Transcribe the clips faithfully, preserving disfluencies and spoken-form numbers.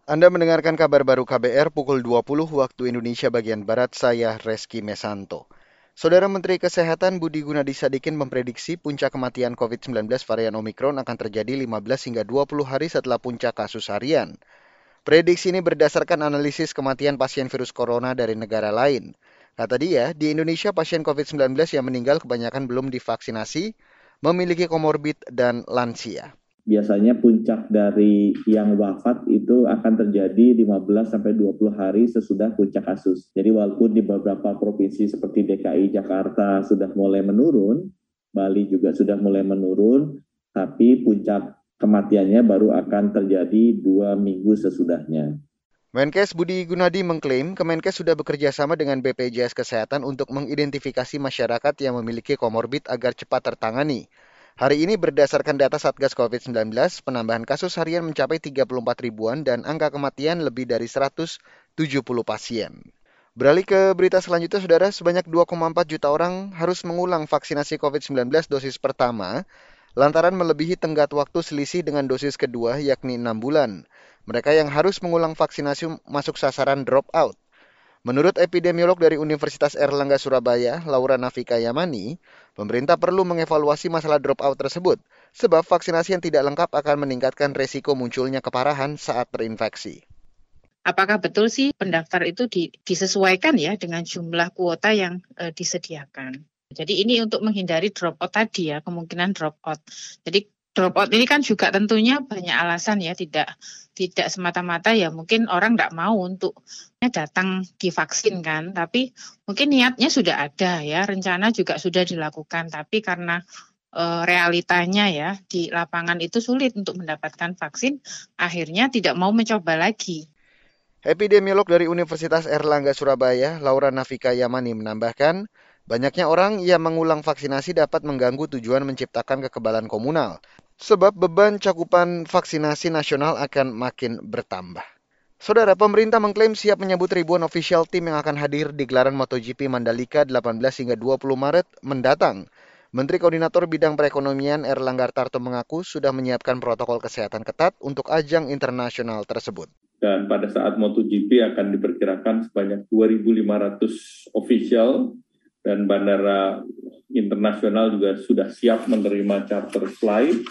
Anda mendengarkan kabar baru K B R pukul dua puluh waktu Indonesia bagian Barat, saya Reski Mesanto. Saudara Menteri Kesehatan Budi Gunadi Sadikin memprediksi puncak kematian covid sembilan belas varian Omikron akan terjadi lima belas hingga dua puluh hari setelah puncak kasus harian. Prediksi ini berdasarkan analisis kematian pasien virus corona dari negara lain. Kata dia, di Indonesia pasien covid sembilan belas yang meninggal kebanyakan belum divaksinasi, memiliki komorbid dan lansia. Biasanya puncak dari yang wafat itu akan terjadi lima belas sampai dua puluh hari sesudah puncak kasus. Jadi walaupun di beberapa provinsi seperti D K I Jakarta sudah mulai menurun, Bali juga sudah mulai menurun, tapi puncak kematiannya baru akan terjadi dua minggu sesudahnya. Menkes Budi Gunadi mengklaim Kemenkes sudah bekerja sama dengan B P J S Kesehatan untuk mengidentifikasi masyarakat yang memiliki komorbid agar cepat tertangani. Hari ini berdasarkan data Satgas covid sembilan belas, penambahan kasus harian mencapai tiga puluh empat ribuan dan angka kematian lebih dari seratus tujuh puluh pasien. Beralih ke berita selanjutnya, saudara, sebanyak dua koma empat juta orang harus mengulang vaksinasi covid sembilan belas dosis pertama lantaran melebihi tenggat waktu selisih dengan dosis kedua yakni enam bulan. Mereka yang harus mengulang vaksinasi masuk sasaran drop out. Menurut epidemiolog dari Universitas Airlangga Surabaya, Laura Nafika Yamani, pemerintah perlu mengevaluasi masalah drop out tersebut, sebab vaksinasi yang tidak lengkap akan meningkatkan resiko munculnya keparahan saat terinfeksi. Apakah betul sih pendaftar itu di, disesuaikan ya dengan jumlah kuota yang e, disediakan? Jadi ini untuk menghindari drop out tadi ya, kemungkinan drop out. Jadi drop out ini kan juga tentunya banyak alasan ya, tidak tidak semata-mata ya mungkin orang tidak mau untuk datang divaksin kan, tapi mungkin niatnya sudah ada ya, rencana juga sudah dilakukan, tapi karena e, realitanya ya di lapangan itu sulit untuk mendapatkan vaksin, akhirnya tidak mau mencoba lagi. Epidemiolog dari Universitas Airlangga Surabaya, Laura Nafika Yamani menambahkan, banyaknya orang yang mengulang vaksinasi dapat mengganggu tujuan menciptakan kekebalan komunal, sebab beban cakupan vaksinasi nasional akan makin bertambah. Saudara, pemerintah mengklaim siap menyambut ribuan official team yang akan hadir di gelaran MotoGP Mandalika delapan belas hingga dua puluh Maret mendatang. Menteri Koordinator Bidang Perekonomian Erlangga Hartarto mengaku sudah menyiapkan protokol kesehatan ketat untuk ajang internasional tersebut. Dan pada saat MotoGP akan diperkirakan sebanyak dua ribu lima ratus official dan bandara internasional juga sudah siap menerima charter flight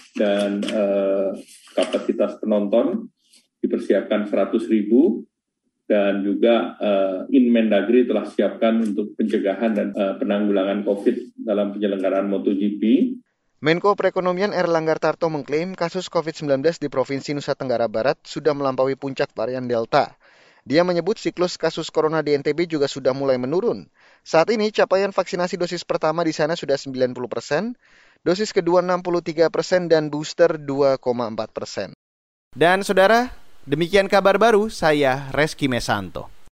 dan eh, kapasitas penonton dipersiapkan seratus ribu dan juga eh, Inmendagri telah siapkan untuk pencegahan dan eh, penanggulangan COVID dalam penyelenggaraan MotoGP. Menko Perekonomian Erlangga Hartarto mengklaim kasus covid sembilan belas di Provinsi Nusa Tenggara Barat sudah melampaui puncak varian Delta. Dia menyebut siklus kasus corona di N T B juga sudah mulai menurun. Saat ini capaian vaksinasi dosis pertama di sana sudah sembilan puluh persen, dosis kedua enam puluh tiga persen, dan booster dua koma empat persen. Dan saudara, demikian kabar baru saya Reski Mesanto.